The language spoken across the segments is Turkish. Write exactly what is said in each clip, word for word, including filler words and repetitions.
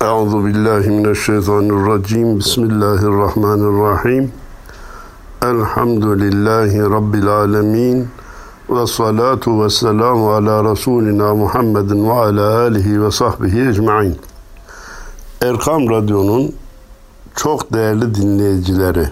Euzu billahi mineşşeytanirracim. Bismillahirrahmanirrahim. Elhamdülillahi rabbil alamin. Ve salatu ve selamu ala Resulina Muhammedin ve ala alihi ve sahbihi ecmaîn. Erkam Radyo'nun çok değerli dinleyicileri,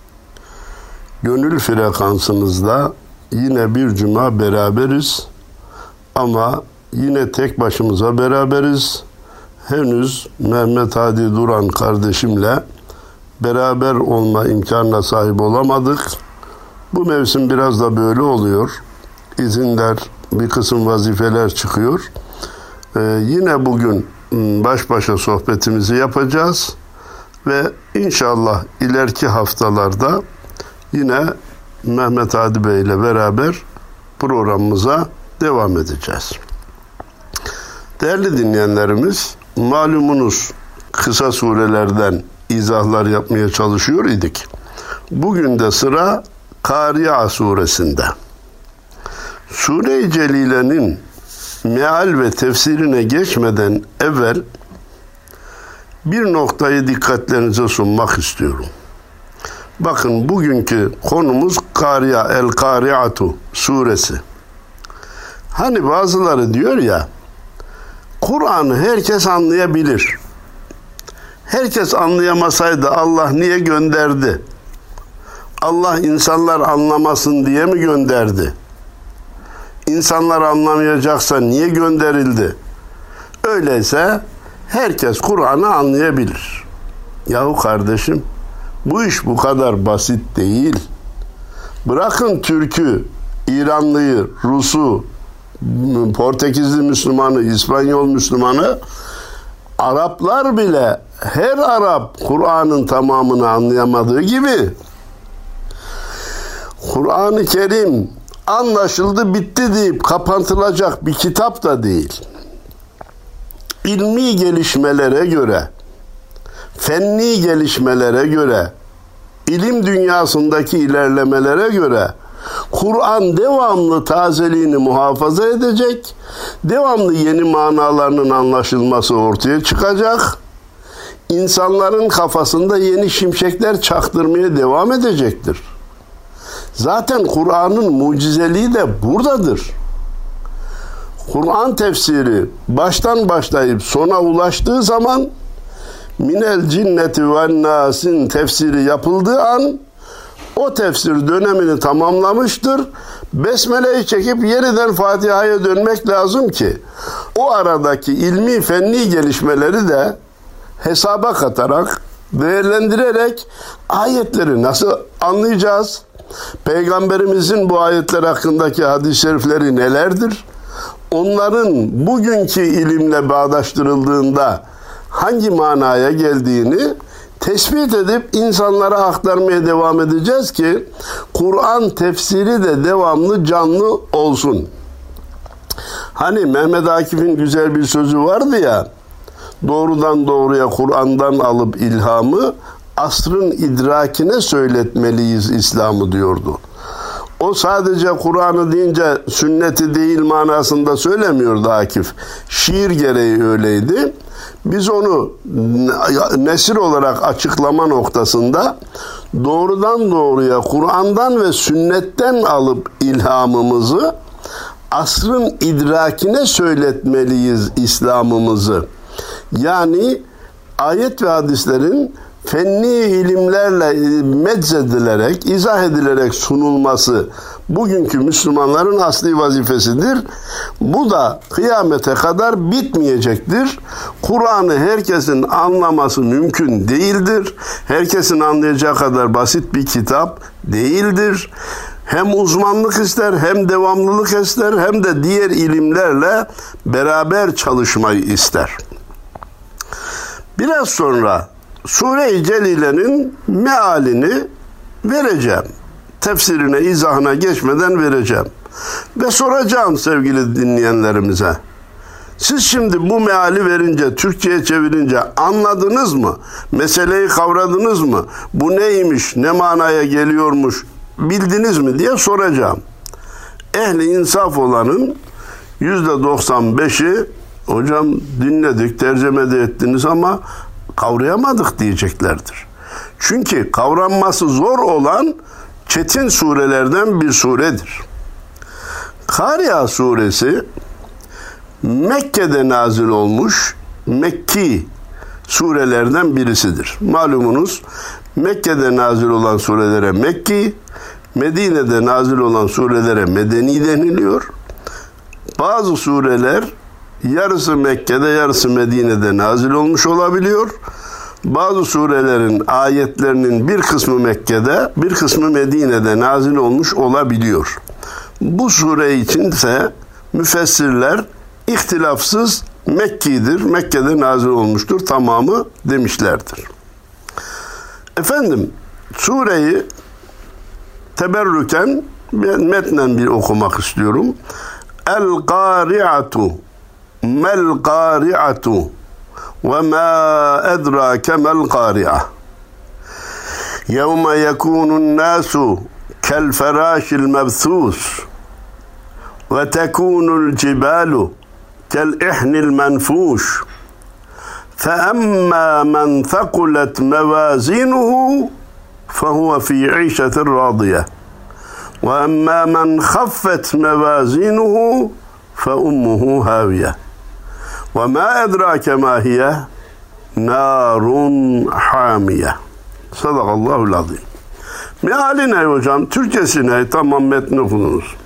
gönül frekansınızda yine bir cuma beraberiz ama yine tek başımıza beraberiz. Henüz Mehmet Hadi Duran kardeşimle beraber olma imkanına sahip olamadık. Bu mevsim biraz da böyle oluyor. İzinler, bir kısım vazifeler çıkıyor. Ee, yine bugün baş başa sohbetimizi yapacağız. Ve inşallah ileriki haftalarda yine Mehmet Hadi Bey ile beraber programımıza devam edeceğiz. Değerli dinleyenlerimiz, malumunuz kısa surelerden izahlar yapmaya çalışıyor idik. Bugün de sıra Kâri'a suresinde. Sure-i Celile'nin meal ve tefsirine geçmeden evvel bir noktayı dikkatlerinize sunmak istiyorum. Bakın, bugünkü konumuz Kâri'a, El-Kâri'atu suresi. Hani bazıları diyor ya, Kur'an'ı herkes anlayabilir. Herkes anlayamasaydı Allah niye gönderdi? Allah insanlar anlamasın diye mi gönderdi? İnsanlar anlamayacaksa niye gönderildi? Öyleyse herkes Kur'an'ı anlayabilir. Yahu kardeşim, bu iş bu kadar basit değil. Bırakın Türk'ü, İranlıyı, Rus'u, Portekizli Müslümanı, İspanyol Müslümanı, Araplar bile, her Arap Kur'an'ın tamamını anlayamadığı gibi Kur'an-ı Kerim anlaşıldı, bitti deyip kapatılacak bir kitap da değil. İlmi gelişmelere göre, fenni gelişmelere göre, ilim dünyasındaki ilerlemelere göre Kur'an devamlı tazeliğini muhafaza edecek, devamlı yeni manalarının anlaşılması ortaya çıkacak, insanların kafasında yeni şimşekler çaktırmaya devam edecektir. Zaten Kur'an'ın mucizeliği de buradadır. Kur'an tefsiri baştan başlayıp sona ulaştığı zaman, minel cinneti ve nasin tefsiri yapıldığı an, o tefsir dönemini tamamlamıştır. Besmele'yi çekip yeniden Fatiha'ya dönmek lazım ki o aradaki ilmi fenni gelişmeleri de hesaba katarak, değerlendirerek ayetleri nasıl anlayacağız? Peygamberimizin bu ayetler hakkındaki hadis-i şerifleri nelerdir? Onların bugünkü ilimle bağdaştırıldığında hangi manaya geldiğini tespit edip insanlara aktarmaya devam edeceğiz ki Kur'an tefsiri de devamlı canlı olsun. Hani Mehmet Akif'in güzel bir sözü vardı ya, doğrudan doğruya Kur'an'dan alıp ilhamı asrın idrakine söyletmeliyiz İslam'ı diyordu. O sadece Kur'an'ı deyince sünneti değil manasında söylemiyordu Akif. Şiir gereği öyleydi. Biz onu nesir olarak açıklama noktasında doğrudan doğruya Kur'an'dan ve sünnetten alıp ilhamımızı asrın idrakine söyletmeliyiz İslam'ımızı. Yani ayet ve hadislerin fenni ilimlerle meczedilerek, izah edilerek sunulması bugünkü Müslümanların asli vazifesidir. Bu da kıyamete kadar bitmeyecektir. Kur'an'ı herkesin anlaması mümkün değildir. Herkesin anlayacağı kadar basit bir kitap değildir. Hem uzmanlık ister, hem devamlılık ister, hem de diğer ilimlerle beraber çalışmayı ister. Biraz sonra Sure-i Celile'nin mealini vereceğim. Tefsirine, izahına geçmeden vereceğim. Ve soracağım sevgili dinleyenlerimize. Siz şimdi bu meali verince, Türkçe'ye çevirince anladınız mı? Meseleyi kavradınız mı? Bu neymiş, ne manaya geliyormuş, bildiniz mi diye soracağım. Ehli insaf olanın yüzde doksan beşi hocam dinledik, tercüme de ettiniz ama kavrayamadık diyeceklerdir. Çünkü kavranması zor olan çetin surelerden bir suredir. Kariya suresi Mekke'de nazil olmuş Mekki surelerden birisidir. Malumunuz Mekke'de nazil olan surelere Mekki, Medine'de nazil olan surelere Medeni deniliyor. Bazı sureler yarısı Mekke'de, yarısı Medine'de nazil olmuş olabiliyor. Bazı surelerin ayetlerinin bir kısmı Mekke'de, bir kısmı Medine'de nazil olmuş olabiliyor. Bu sure için ise müfessirler ihtilafsız Mekki'dir, Mekke'de nazil olmuştur tamamı demişlerdir. Efendim, sureyi teberrüken metnen bir okumak istiyorum. El-Qari'atu mel-Qari'atu ve ma edrake mel-Qari'a yevme yekunun nasu kel-ferâşil mebthûs ve tekunul cibalu kel-ihnil menfûş فَأَمَّا مَنْ ثَقُلَتْ مَوَازِينُهُ فَهُوَ فِي عِيشَةٍ رَاضِيَةٍ وَأَمَّا مَنْ خَفَّتْ مَوَازِينُهُ فَأُمُّهُ هَاوِيَةٌ وَمَا أَدْرَاكَ مَا هِيَ نَارٌ حَامِيَةٌ Sadakallahul azim. Meali ne hocam? Türkçesi ne? Tamam, metni okudunuz.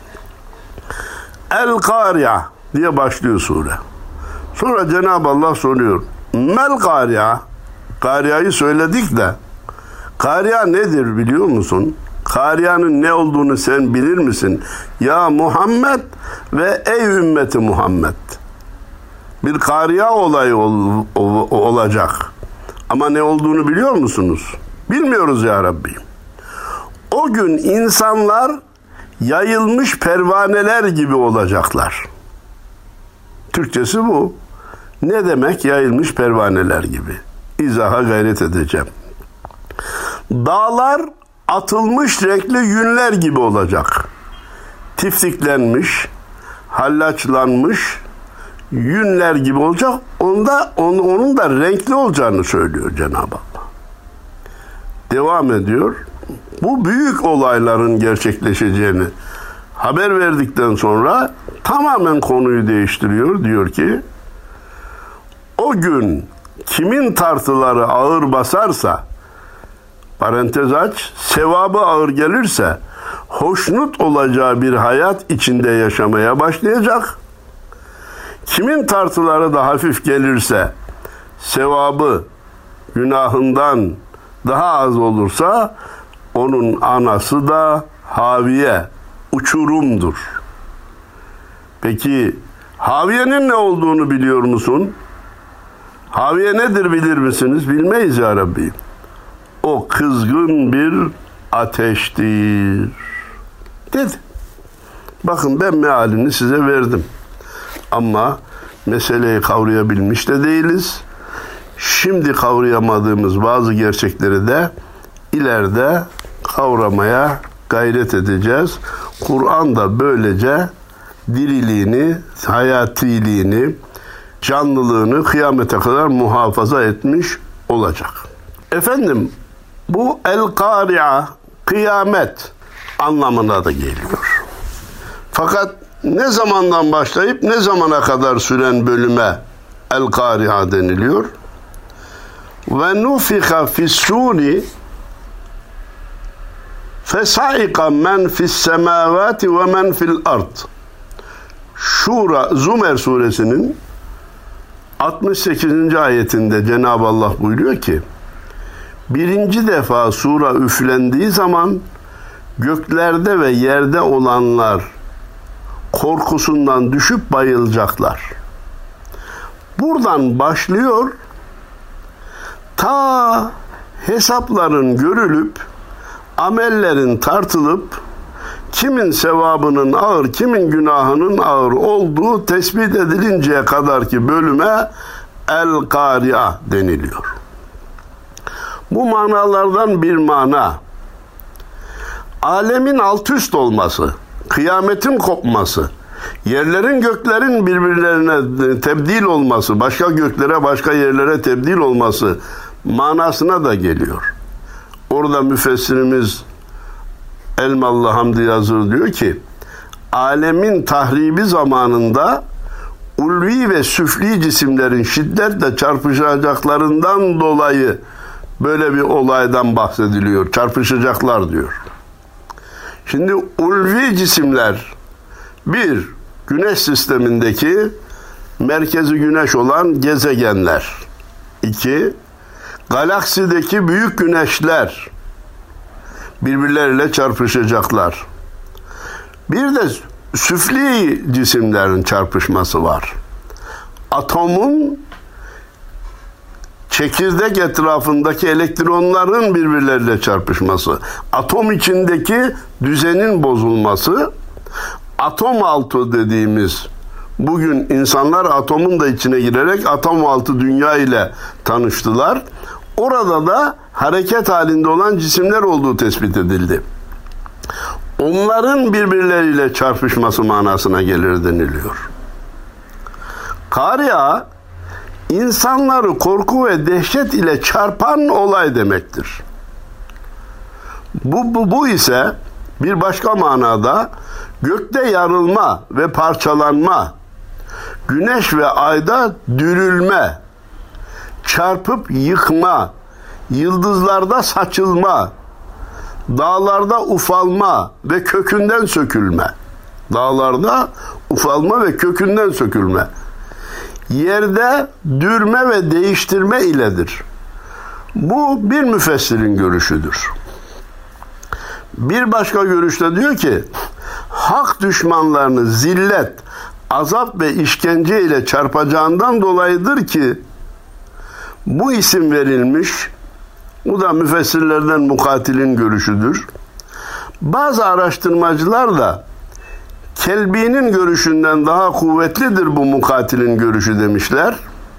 El-Kari'a diye başlıyor sure. Sonra Cenab-ı Allah soruyor. Mel-Kari'a. Karia'yı söyledik de Kari'a nedir biliyor musun? Karia'nın ne olduğunu sen bilir misin? Ya Muhammed ve ey ümmeti Muhammed. Bir Kari'a olayı ol, ol, olacak. Ama ne olduğunu biliyor musunuz? Bilmiyoruz ya Rabbi. O gün insanlar yayılmış pervaneler gibi olacaklar. Türkçesi bu. Ne demek yayılmış pervaneler gibi? İzaha gayret edeceğim. Dağlar atılmış renkli yünler gibi olacak. Tiftiklenmiş, hallaçlanmış yünler gibi olacak. Onda, onun, onun da renkli olacağını söylüyor Cenab-ı Allah. Devam ediyor. Bu büyük olayların gerçekleşeceğini haber verdikten sonra tamamen konuyu değiştiriyor. Diyor ki o gün kimin tartıları ağır basarsa, parantez aç, sevabı ağır gelirse hoşnut olacağı bir hayat içinde yaşamaya başlayacak. Kimin tartıları da hafif gelirse, sevabı günahından daha az olursa onun anası da haviye, uçurumdur. Peki haviyenin ne olduğunu biliyor musun? Haviye nedir bilir misiniz? Bilmeyiz ya Rabbi. O kızgın bir ateştir dedi. Bakın ben mealini size verdim. Ama meseleyi kavrayabilmiş de değiliz. Şimdi kavrayamadığımız bazı gerçekleri de ileride kavramaya gayret edeceğiz. Kur'an da böylece diriliğini, hayatiliğini, canlılığını kıyamete kadar muhafaza etmiş olacak. Efendim, bu el-Kari'a, kıyamet anlamına da geliyor. Fakat ne zamandan başlayıp ne zamana kadar süren bölüme el-Kari'a deniliyor? Ve nufiha fis-suri fesa'ika men fis-semavati ve men fil-ard. Şura, Zümer suresinin altmış sekizinci ayetinde Cenab-ı Allah buyuruyor ki birinci defa sura üflendiği zaman göklerde ve yerde olanlar korkusundan düşüp bayılacaklar. Buradan başlıyor, ta hesapların görülüp amellerin tartılıp kimin sevabının ağır, kimin günahının ağır olduğu tespit edilinceye kadar ki bölüme el-Kari'a deniliyor. Bu manalardan bir mana, alemin alt üst olması, kıyametin kopması, Yerlerin göklerin birbirlerine tebdil olması, başka göklere başka yerlere tebdil olması manasına da geliyor. Orada müfessirimiz Elmalı Hamdi Yazır diyor ki, alemin tahribi zamanında ulvi ve süfli cisimlerin şiddetle çarpışacaklarından dolayı böyle bir olaydan bahsediliyor. Çarpışacaklar diyor. Şimdi ulvi cisimler, bir, güneş sistemindeki merkezi güneş olan gezegenler. İki, galaksideki büyük güneşler birbirleriyle çarpışacaklar. Bir de süfli cisimlerin çarpışması var. Atomun çekirdek etrafındaki elektronların birbirleriyle çarpışması, atom içindeki düzenin bozulması, atom altı dediğimiz, bugün insanlar atomun da içine girerek atom altı dünya ile tanıştılar. Orada da hareket halinde olan cisimler olduğu tespit edildi. Onların birbirleriyle çarpışması manasına gelir deniliyor. Kari'a, insanları korku ve dehşet ile çarpan olay demektir. Bu, bu, bu ise bir başka manada gökte yarılma ve parçalanma, güneş ve ayda dürülme, çarpıp yıkma, yıldızlarda saçılma, dağlarda ufalma ve kökünden sökülme. Dağlarda ufalma ve kökünden sökülme. Yerde dürme ve değiştirme iledir. Bu bir müfessirin görüşüdür. Bir başka görüşte diyor ki, hak düşmanlarını zillet, azap ve işkence ile çarpacağından dolayıdır ki bu isim verilmiş. Bu da müfessirlerden Mukatil'in görüşüdür. Bazı araştırmacılar da Kelbi'nin görüşünden daha kuvvetlidir bu Mukatil'in görüşü demişler.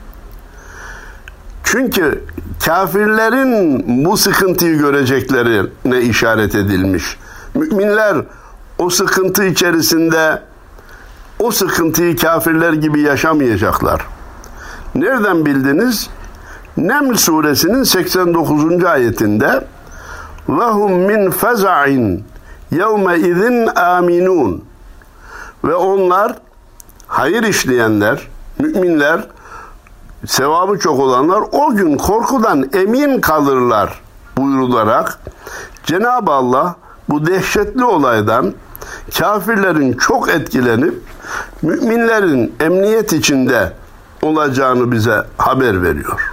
Çünkü kafirlerin bu sıkıntıyı göreceklerine işaret edilmiş. Müminler o sıkıntı içerisinde o sıkıntıyı kafirler gibi yaşamayacaklar. Nereden bildiniz? Neml suresinin seksen dokuzuncu ayetinde وَهُمْ مِنْ فَزَعٍ يَوْمَئِذٍ آمِنُونَ ve onlar, hayır işleyenler, müminler, sevabı çok olanlar o gün korkudan emin kalırlar buyurularak Cenab-ı Allah bu dehşetli olaydan kafirlerin çok etkilenip müminlerin emniyet içinde olacağını bize haber veriyor.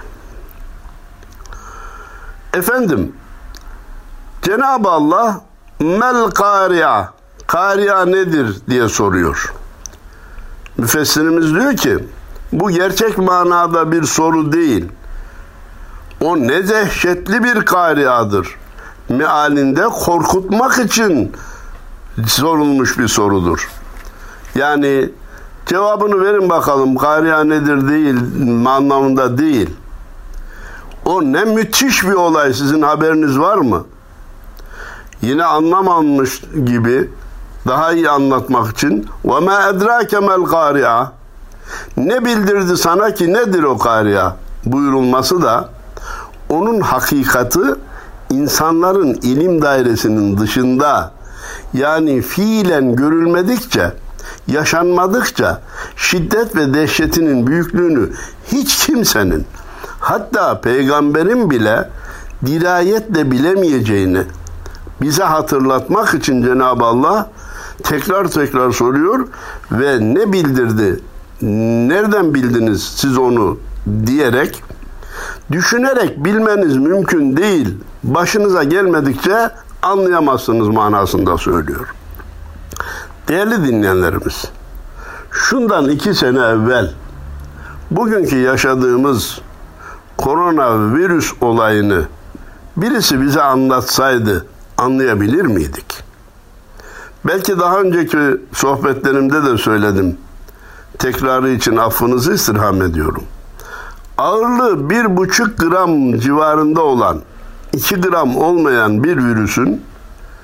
Efendim, Cenab-ı Allah mel kari'a, kari'a nedir diye soruyor. Müfessirimiz diyor ki, bu gerçek manada bir soru değil. O ne dehşetli bir kari'adır. Mealinde korkutmak için sorulmuş bir sorudur. Yani cevabını verin bakalım, kari'a nedir değil anlamında değil. O ne müthiş bir olay, sizin haberiniz var mı? Yine anlamamış gibi daha iyi anlatmak için وَمَا اَدْرَاكَ مَا الْقَارِعَ ne bildirdi sana ki nedir o kari'a buyurulması da onun hakikati insanların ilim dairesinin dışında, yani fiilen görülmedikçe, yaşanmadıkça şiddet ve dehşetinin büyüklüğünü hiç kimsenin, hatta peygamberin bile dirayetle bilemeyeceğini bize hatırlatmak için Cenab-ı Allah tekrar tekrar soruyor ve ne bildirdi, nereden bildiniz siz onu diyerek, düşünerek bilmeniz mümkün değil, başınıza gelmedikçe anlayamazsınız manasında söylüyor. Değerli dinleyenlerimiz, şundan iki sene evvel bugünkü yaşadığımız koronavirüs olayını birisi bize anlatsaydı anlayabilir miydik? Belki daha önceki sohbetlerimde de söyledim. Tekrarı için affınızı istirham ediyorum. Ağırlığı bir buçuk gram civarında olan, iki gram olmayan bir virüsün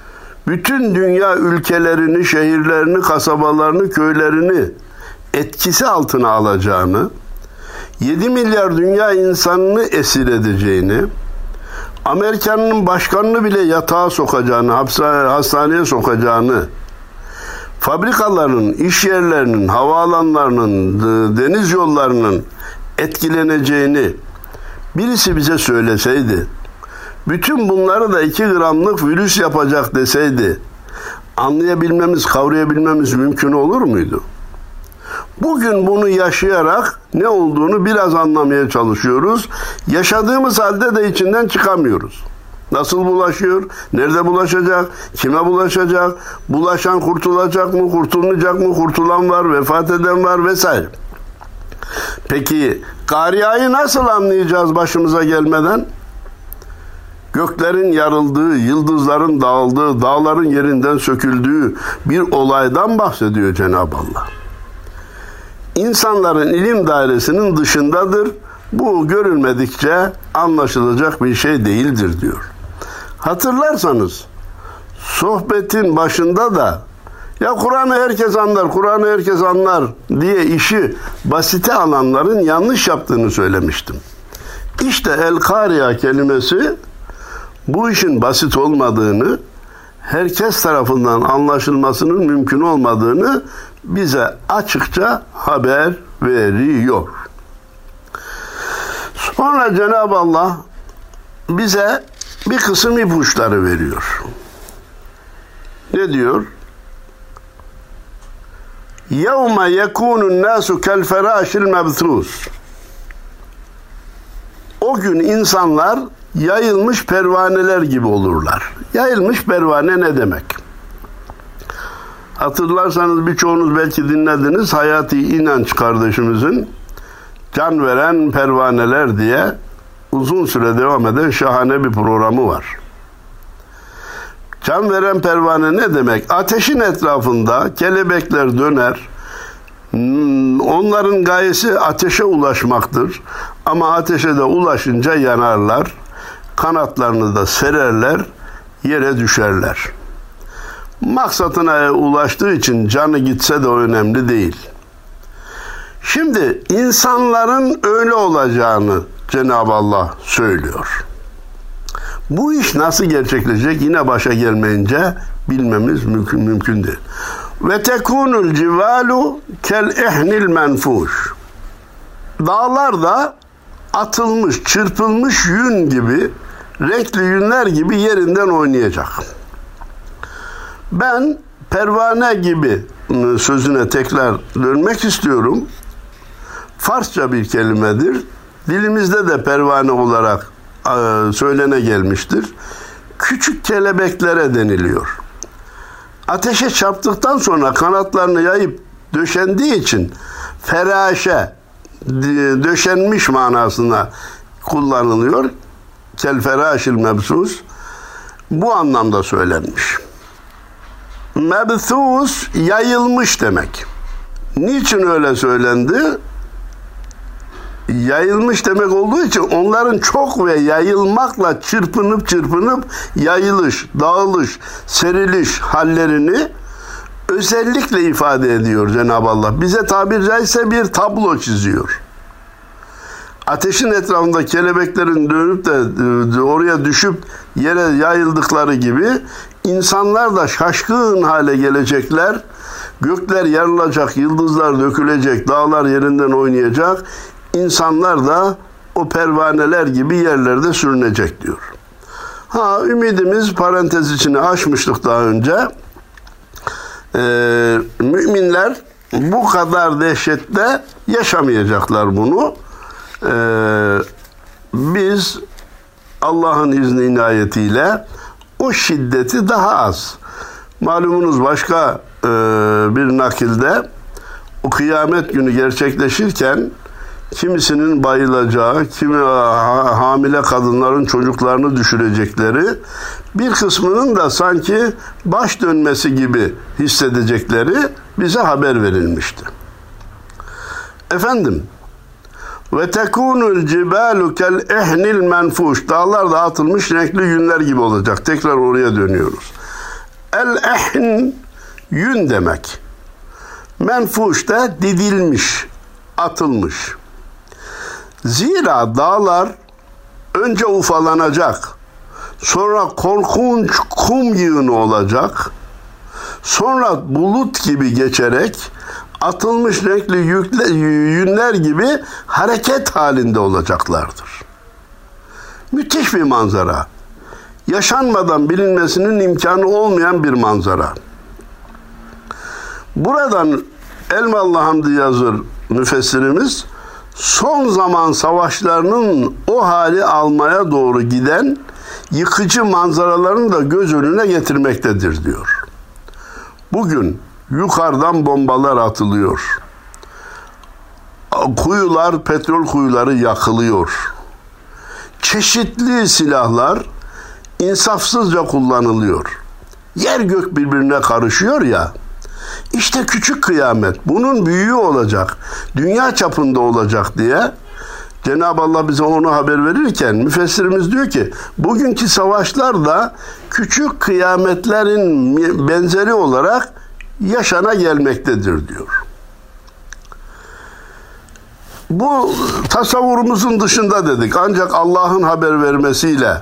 bütün dünya ülkelerini, şehirlerini, kasabalarını, köylerini etkisi altına alacağını, yedi milyar dünya insanını esir edeceğini, Amerika'nın başkanını bile yatağa sokacağını, hastaneye sokacağını, fabrikaların, iş yerlerinin, havaalanlarının, deniz yollarının etkileneceğini birisi bize söyleseydi, bütün bunları da iki gramlık virüs yapacak deseydi, anlayabilmemiz, kavrayabilmemiz mümkün olur muydu? Bugün bunu yaşayarak ne olduğunu biraz anlamaya çalışıyoruz. Yaşadığımız halde de içinden çıkamıyoruz. Nasıl bulaşıyor? Nerede bulaşacak? Kime bulaşacak? Bulaşan kurtulacak mı? Kurtulmayacak mı? Kurtulan var, vefat eden var vesaire. Peki Kariyayı nasıl anlayacağız başımıza gelmeden? Göklerin yarıldığı, yıldızların dağıldığı, dağların yerinden söküldüğü bir olaydan bahsediyor Cenab-ı Allah. İnsanların ilim dairesinin dışındadır. Bu görülmedikçe anlaşılacak bir şey değildir diyor. Hatırlarsanız sohbetin başında da ya Kur'an'ı herkes anlar, Kur'an'ı herkes anlar diye işi basite alanların yanlış yaptığını söylemiştim. İşte El-Kariya kelimesi bu işin basit olmadığını, herkes tarafından anlaşılmasının mümkün olmadığını bize açıkça haber veriyor. Sonra Cenab-ı Allah bize bir kısım ipuçları veriyor. Ne diyor? يَوْمَ يَكُونُ النَّاسُ كَالْفَرَاشِ الْمَبْثُوثِ O gün insanlar yayılmış pervaneler gibi olurlar. Yayılmış pervane ne demek? Hatırlarsanız birçoğunuz belki dinlediniz. Hayati İnanç kardeşimizin Can Veren Pervaneler diye uzun süre devam eden şahane bir programı var. Can veren pervane ne demek? Ateşin etrafında kelebekler döner. Onların gayesi ateşe ulaşmaktır. Ama ateşe de ulaşınca yanarlar. Kanatlarını da sererler. Yere düşerler. Maksatına ulaştığı için canı gitse de önemli değil. Şimdi insanların öyle olacağını Cenab-ı Allah söylüyor. Bu iş nasıl gerçekleşecek yine başa gelmeyince bilmemiz mümkün, mümkün değil. Ve tekunul civalu kel ihnil menfuş. Dağlar da atılmış, çırpılmış yün gibi, renkli yünler gibi yerinden oynayacak. Ben pervane gibi sözüne tekrar dönmek istiyorum. Farsça bir kelimedir. Dilimizde de pervane olarak söylene gelmiştir. Küçük kelebeklere deniliyor. Ateşe çarptıktan sonra kanatlarını yayıp döşendiği için feraşe, döşenmiş manasına kullanılıyor. Kel feraşil mebsus bu anlamda söylenmiş. Mebthus yayılmış demek. Niçin öyle söylendi? Yayılmış demek olduğu için onların çok ve yayılmakla çırpınıp çırpınıp yayılış, dağılış, seriliş hallerini özellikle ifade ediyor Cenab-ı Allah. Bize tabiri caizse bir tablo çiziyor. Ateşin etrafında kelebeklerin dönüp de oraya düşüp yere yayıldıkları gibi insanlar da şaşkın hale gelecekler. Gökler yarılacak, yıldızlar dökülecek, dağlar yerinden oynayacak. İnsanlar da o pervaneler gibi yerlerde sürünecek diyor. Ha ümidimiz parantez içine açmıştık daha önce. Ee, müminler bu kadar dehşette yaşamayacaklar bunu. Ee, biz Allah'ın izni inayetiyle o şiddeti daha az. Malumunuz başka e, bir nakilde o kıyamet günü gerçekleşirken kimisinin bayılacağı, kimi hamile kadınların çocuklarını düşürecekleri, bir kısmının da sanki baş dönmesi gibi hissedecekleri bize haber verilmişti. Efendim, ve tekunul cibalu kel ihnil menfuş. Dağlar da atılmış renkli yünler gibi olacak. Tekrar oraya dönüyoruz. El-ehn yün demek. Menfuş da didilmiş, atılmış. Zira dağlar önce ufalanacak, sonra korkunç kum yığını olacak, sonra bulut gibi geçerek atılmış renkli yükle, yünler gibi hareket halinde olacaklardır. Müthiş bir manzara. Yaşanmadan bilinmesinin imkanı olmayan bir manzara. Buradan Elmalı Hamdi yazır müfessirimiz, son zaman savaşlarının o hali almaya doğru giden yıkıcı manzaralarını da göz önüne getirmektedir diyor. Bugün yukarıdan bombalar atılıyor. Kuyular, petrol kuyuları yakılıyor. Çeşitli silahlar insafsızca kullanılıyor. Yer gök birbirine karışıyor ya. İşte küçük kıyamet bunun büyüğü olacak. Dünya çapında olacak diye Cenab-ı Allah bize onu haber verirken müfessirimiz diyor ki bugünkü savaşlar da küçük kıyametlerin benzeri olarak yaşana gelmektedir diyor. Bu tasavvurumuzun dışında dedik. Ancak Allah'ın haber vermesiyle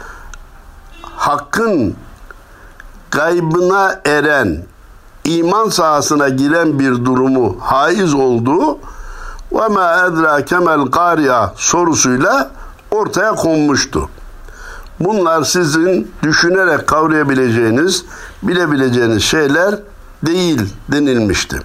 hakkın gaybına eren, iman sahasına giren bir durumu haiz olduğu ve ma edrake mel kariya sorusuyla ortaya konmuştu. Bunlar sizin düşünerek kavrayabileceğiniz, bilebileceğiniz şeyler değil denilmişti.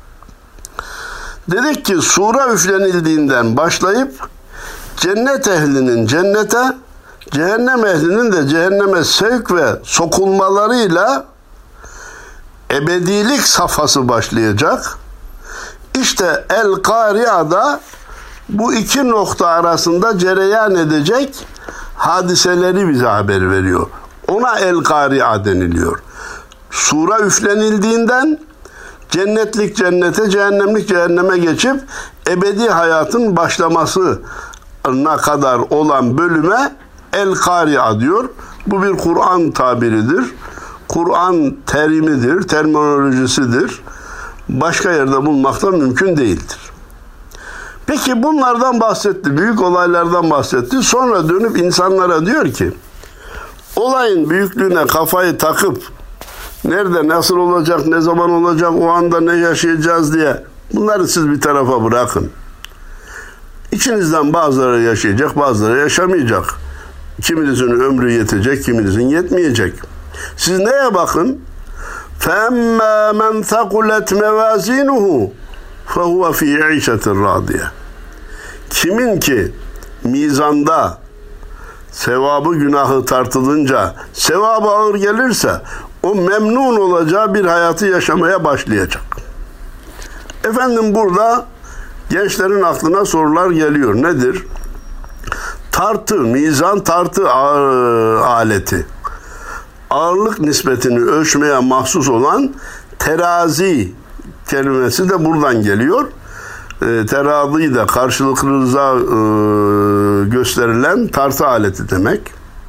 Dedik ki sura üflenildiğinden başlayıp cennet ehlinin cennete, cehennem ehlinin de cehenneme sevk ve sokulmalarıyla ebedilik safhası başlayacak. İşte El-Karia'da bu iki nokta arasında cereyan edecek hadiseleri bize haber veriyor. Ona El-Karia deniliyor. Sura üflenildiğinden cennetlik cennete, cehennemlik cehenneme geçip ebedi hayatın başlamasına kadar olan bölüme El-Karia diyor. Bu bir Kur'an tabiridir. Kur'an terimidir, terminolojisidir. Başka yerde bulmakta mümkün değildir. Peki bunlardan bahsetti, büyük olaylardan bahsetti. Sonra dönüp insanlara diyor ki, olayın büyüklüğüne kafayı takıp, nerede, nasıl olacak, ne zaman olacak, o anda ne yaşayacağız diye, bunları siz bir tarafa bırakın. İçinizden bazıları yaşayacak, bazıları yaşamayacak. Kiminizin ömrü yetecek, kiminizin yetmeyecek. Siz neye bakın? فَاَمَّا مَنْ ثَقُلَتْ مَوَازِينُهُ فَهُوَ فِي عِيشَةٍ رَاضِيَةٍ. Kimin ki mizanda sevabı günahı tartılınca sevabı ağır gelirse o memnun olacağı bir hayatı yaşamaya başlayacak. Efendim burada gençlerin aklına sorular geliyor. Nedir? Tartı, mizan tartı aleti. Ağırlık nispetini ölçmeye mahsus olan terazi kelimesi de buradan geliyor. E, terazi de karşılıklı rıza e, gösterilen tartı aleti demek.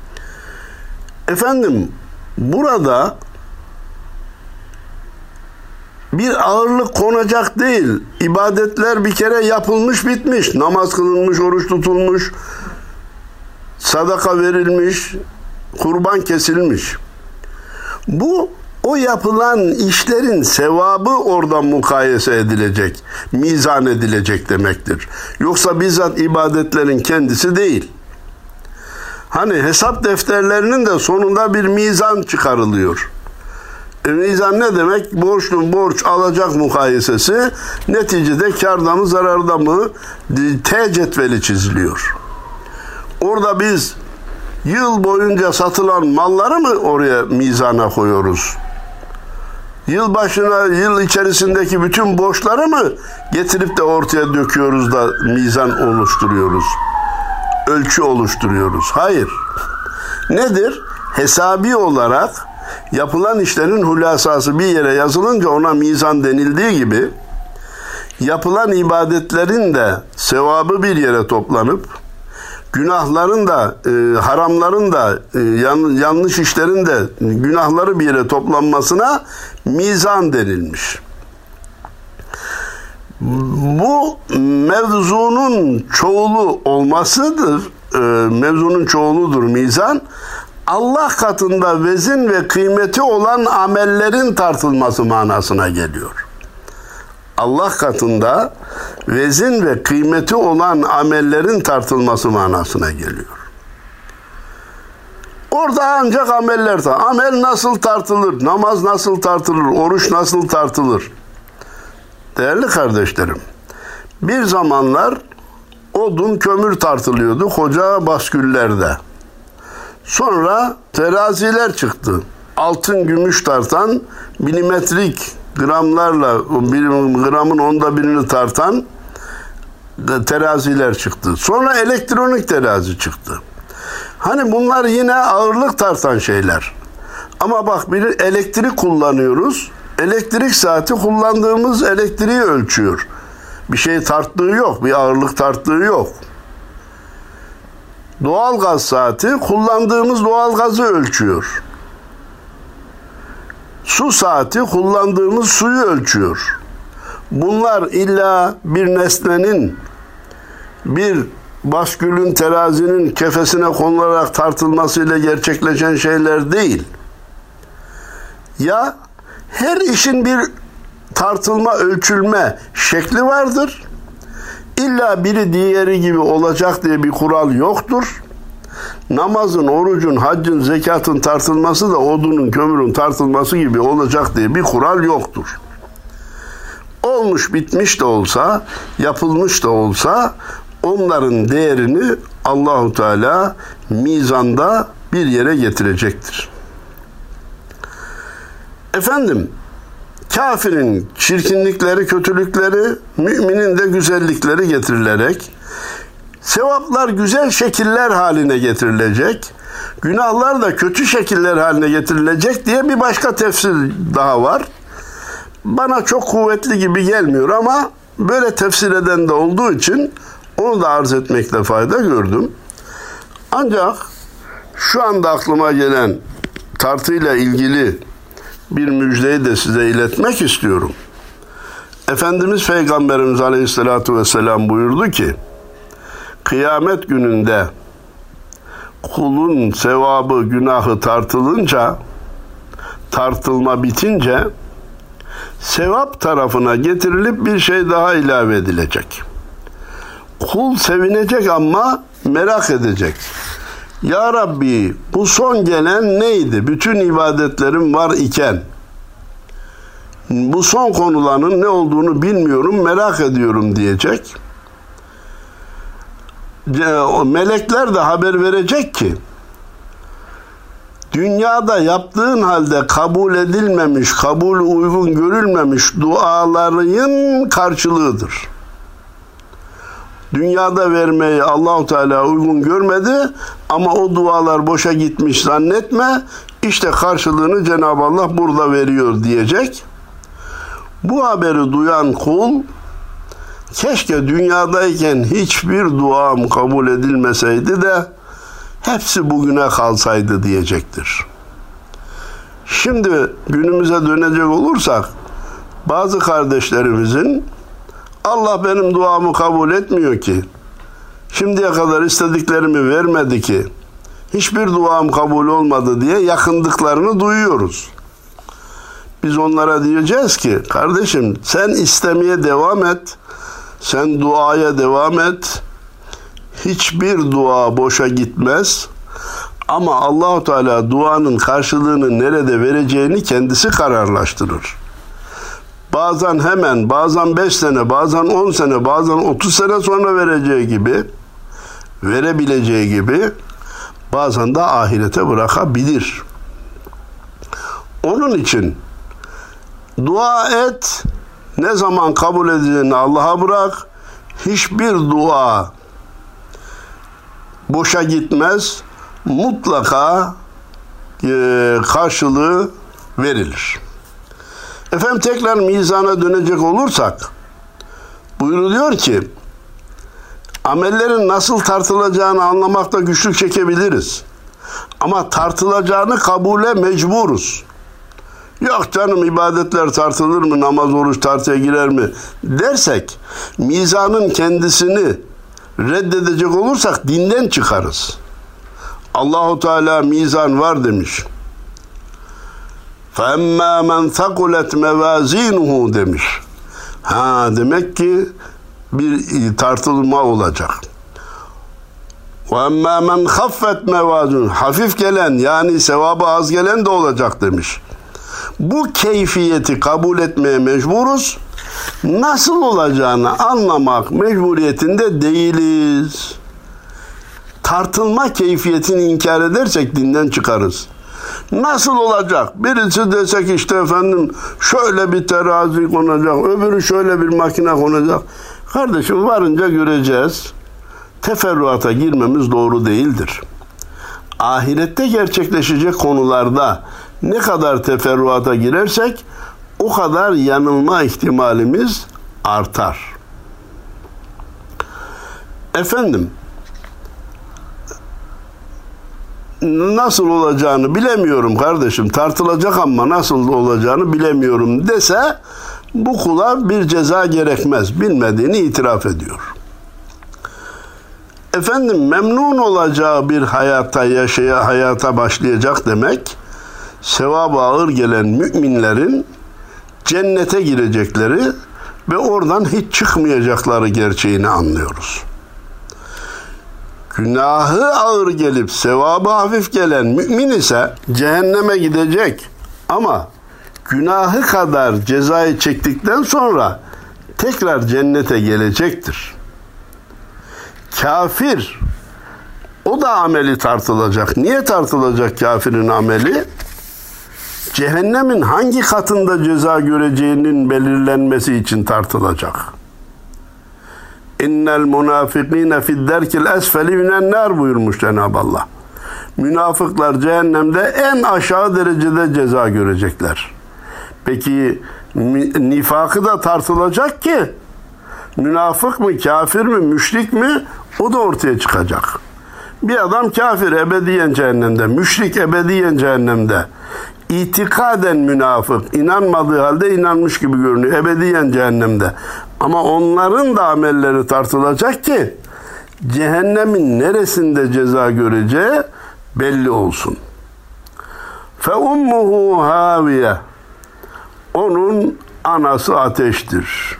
Efendim burada bir ağırlık konacak değil. İbadetler bir kere yapılmış bitmiş. Namaz kılınmış, oruç tutulmuş, sadaka verilmiş, kurban kesilmiş. Bu o yapılan işlerin sevabı oradan mukayese edilecek, mizan edilecek demektir. Yoksa bizzat ibadetlerin kendisi değil. Hani hesap defterlerinin de sonunda bir mizan çıkarılıyor. E, mizan ne demek? Borçlu borç alacak mukayesesi, neticede kârda mı zararda mı T cetveli çiziliyor. Orada biz yıl boyunca satılan malları mı oraya mizana koyuyoruz? Yıl başına, yıl içerisindeki bütün borçları mı getirip de ortaya döküyoruz da mizan oluşturuyoruz? Ölçü oluşturuyoruz. Hayır. Nedir? Hesabi olarak yapılan işlerin hülasası bir yere yazılınca ona mizan denildiği gibi yapılan ibadetlerin de sevabı bir yere toplanıp günahların da, e, haramların da, e, yan, yanlış işlerin de günahları bir yere toplanmasına mizan denilmiş. Bu mevzunun çoğulu olmasıdır. E, mevzunun çoğuludur mizan. Allah katında vezin ve kıymeti olan amellerin tartılması manasına geliyor. Allah katında vezin ve kıymeti olan amellerin tartılması manasına geliyor. Orada ancak ameller tartılır. Amel nasıl tartılır? Namaz nasıl tartılır? Oruç nasıl tartılır? Değerli kardeşlerim, bir zamanlar odun, kömür tartılıyordu koca basküllerde. Sonra teraziler çıktı. Altın, gümüş tartan, milimetrik gramlarla bir gramın onda birini tartan teraziler çıktı. Sonra elektronik terazi çıktı. Hani bunlar yine ağırlık tartan şeyler. Ama bak, bir elektrik kullanıyoruz. Elektrik saati kullandığımız elektriği ölçüyor. Bir şey tarttığı yok, bir ağırlık tarttığı yok. Doğalgaz saati kullandığımız doğalgazı ölçüyor. Su saati kullandığımız suyu ölçüyor. Bunlar illa bir nesnenin, bir baskülün, terazinin kefesine konularak tartılmasıyla gerçekleşen şeyler değil. Ya her işin bir tartılma, ölçülme şekli vardır. İlla biri diğeri gibi olacak diye bir kural yoktur. Namazın, orucun, haccın, zekatın tartılması da odunun, kömürün tartılması gibi olacak diye bir kural yoktur. Olmuş bitmiş de olsa, yapılmış da olsa onların değerini Allahu Teala mizanda bir yere getirecektir. Efendim, kafirin çirkinlikleri, kötülükleri, müminin de güzellikleri getirilerek, sevaplar güzel şekiller haline getirilecek, günahlar da kötü şekiller haline getirilecek diye bir başka tefsir daha var. Bana çok kuvvetli gibi gelmiyor ama böyle tefsir eden de olduğu için onu da arz etmekte fayda gördüm. Ancak şu anda aklıma gelen tartıyla ilgili bir müjdeyi de size iletmek istiyorum. Efendimiz Peygamberimiz Aleyhisselatü Vesselam buyurdu ki, kıyamet gününde kulun sevabı, günahı tartılınca, tartılma bitince, sevap tarafına getirilip bir şey daha ilave edilecek. Kul sevinecek ama merak edecek. Ya Rabbi, bu son gelen neydi? Bütün ibadetlerim var iken bu son konulanın ne olduğunu bilmiyorum, merak ediyorum diyecek. Melekler de haber verecek ki dünyada yaptığın halde kabul edilmemiş, kabul uygun görülmemiş duaların karşılığıdır. Dünyada vermeyi Allah-u Teala uygun görmedi ama o dualar boşa gitmiş zannetme. İşte karşılığını Cenab-ı Allah burada veriyor diyecek. Bu haberi duyan kul, keşke dünyadayken hiçbir duam kabul edilmeseydi de hepsi bugüne kalsaydı diyecektir. Şimdi günümüze dönecek olursak, bazı kardeşlerimizin Allah benim duamı kabul etmiyor ki, şimdiye kadar istediklerimi vermedi ki, hiçbir duam kabul olmadı diye yakındıklarını duyuyoruz. Biz onlara diyeceğiz ki, kardeşim sen istemeye devam et, sen duaya devam et, hiçbir dua boşa gitmez ama Allah-u Teala duanın karşılığını nerede vereceğini kendisi kararlaştırır. Bazen hemen, bazen beş sene, bazen on sene, bazen otuz sene sonra vereceği gibi, verebileceği gibi, bazen de ahirete bırakabilir. Onun için dua et, ne zaman kabul edildiğini Allah'a bırak, hiçbir dua boşa gitmez, mutlaka e, karşılığı verilir. Efendim tekrar mizana dönecek olursak, buyuruluyor ki, Amellerin nasıl tartılacağını anlamakta güçlük çekebiliriz. Ama tartılacağını kabule mecburuz. Yok canım, ibadetler tartılır mı, namaz oruç tartıya girer mi dersek, mizanın kendisini reddedecek olursak dinden çıkarız. Allahu Teala mizan var demiş. فَاَمَّا مَنْ ثَقُلَتْ مَوَازِينُهُ demiş. Ha, demek ki bir tartılma olacak. وَاَمَّا مَنْ خَفَّتْ مَوَازِينُهُ hafif gelen, yani sevabı az gelen de olacak demiş. Bu keyfiyeti kabul etmeye mecburuz. Nasıl olacağını anlamak mecburiyetinde değiliz. Tartılma keyfiyetini inkar edersek dinden çıkarız. Nasıl olacak? Birisi desek işte efendim şöyle bir terazi konacak, öbürü şöyle bir makine konacak. Kardeşim, varınca göreceğiz. Teferruata girmemiz doğru değildir. Ahirette gerçekleşecek konularda ne kadar teferruata girersek o kadar yanılma ihtimalimiz artar. Efendim, nasıl olacağını bilemiyorum kardeşim, tartılacak ama nasıl olacağını bilemiyorum dese bu kula bir ceza gerekmez. Bilmediğini itiraf ediyor. Efendim, memnun olacağı bir hayata yaşaya hayata başlayacak demek, sevabı ağır gelen müminlerin cennete girecekleri ve oradan hiç çıkmayacakları gerçeğini anlıyoruz. Günahı ağır gelip sevabı hafif gelen mümin ise cehenneme gidecek ama günahı kadar cezayı çektikten sonra tekrar cennete gelecektir. Kafir, o da ameli tartılacak. Niye tartılacak kafirin ameli? Cehennemin hangi katında ceza göreceğinin belirlenmesi için tartılacak. İnnel munafikine fid-derkil esfeli minen nar buyurmuş Cenab-ı Allah. Münafıklar cehennemde en aşağı derecede ceza görecekler. Peki nifakı da tartılacak ki münafık mı, kafir mi, müşrik mi, o da ortaya çıkacak. Bir adam kafir, ebediyen cehennemde, müşrik ebediyen cehennemde. İtikaden münafık, inanmadığı halde inanmış gibi görünüyor, ebediyen cehennemde. Ama onların da amelleri tartılacak ki cehennemin neresinde ceza göreceği belli olsun. Fe ummuhu haviye, onun anası ateştir.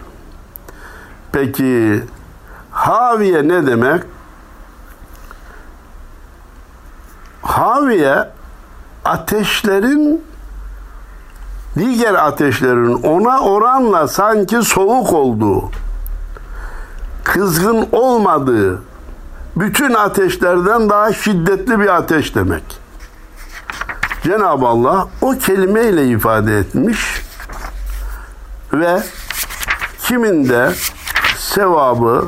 Peki haviye ne demek? Haviye, ateşlerin, diğer ateşlerin ona oranla sanki soğuk olduğu, kızgın olmadığı, bütün ateşlerden daha şiddetli bir ateş demek. Cenab-ı Allah o kelimeyle ifade etmiş ve kimin de sevabı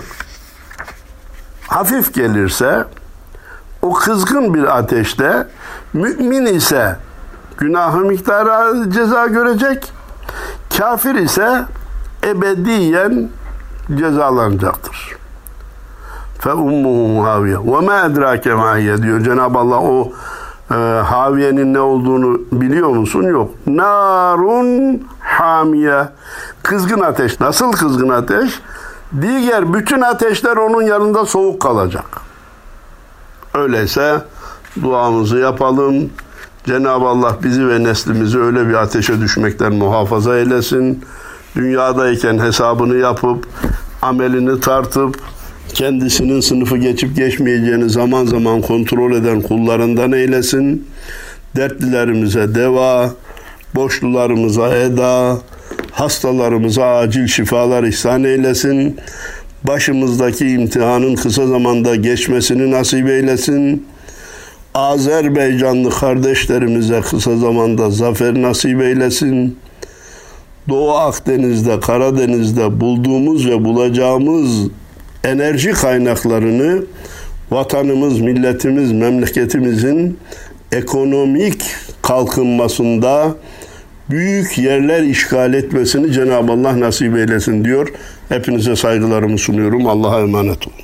hafif gelirse o kızgın bir ateşte, mümin ise günahı miktarı ceza görecek, kafir ise ebediyen cezalanacaktır. Fe ummuhu haviye ve ma edrake ma hiye diyor Cenab-ı Allah. O e, haviyenin ne olduğunu biliyor musun? Yok. Narun hamiye, kızgın ateş. Nasıl kızgın ateş? Diğer bütün ateşler onun yanında soğuk kalacak. Öyleyse duamızı yapalım. Cenab-ı Allah bizi ve neslimizi öyle bir ateşe düşmekten muhafaza eylesin. Dünyadayken hesabını yapıp, amelini tartıp, kendisinin sınıfı geçip geçmeyeceğini zaman zaman kontrol eden kullarından eylesin. Dertlilerimize deva, borçlularımıza eda, hastalarımıza acil şifalar ihsan eylesin. Başımızdaki imtihanın kısa zamanda geçmesini nasip eylesin. Azerbaycanlı kardeşlerimize kısa zamanda zafer nasip eylesin. Doğu Akdeniz'de, Karadeniz'de bulduğumuz ve bulacağımız enerji kaynaklarını vatanımız, milletimiz, memleketimizin ekonomik kalkınmasında büyük yerler işgal etmesini Cenab-ı Allah nasip eylesin diyor. Hepinize saygılarımı sunuyorum. Allah'a emanet olun.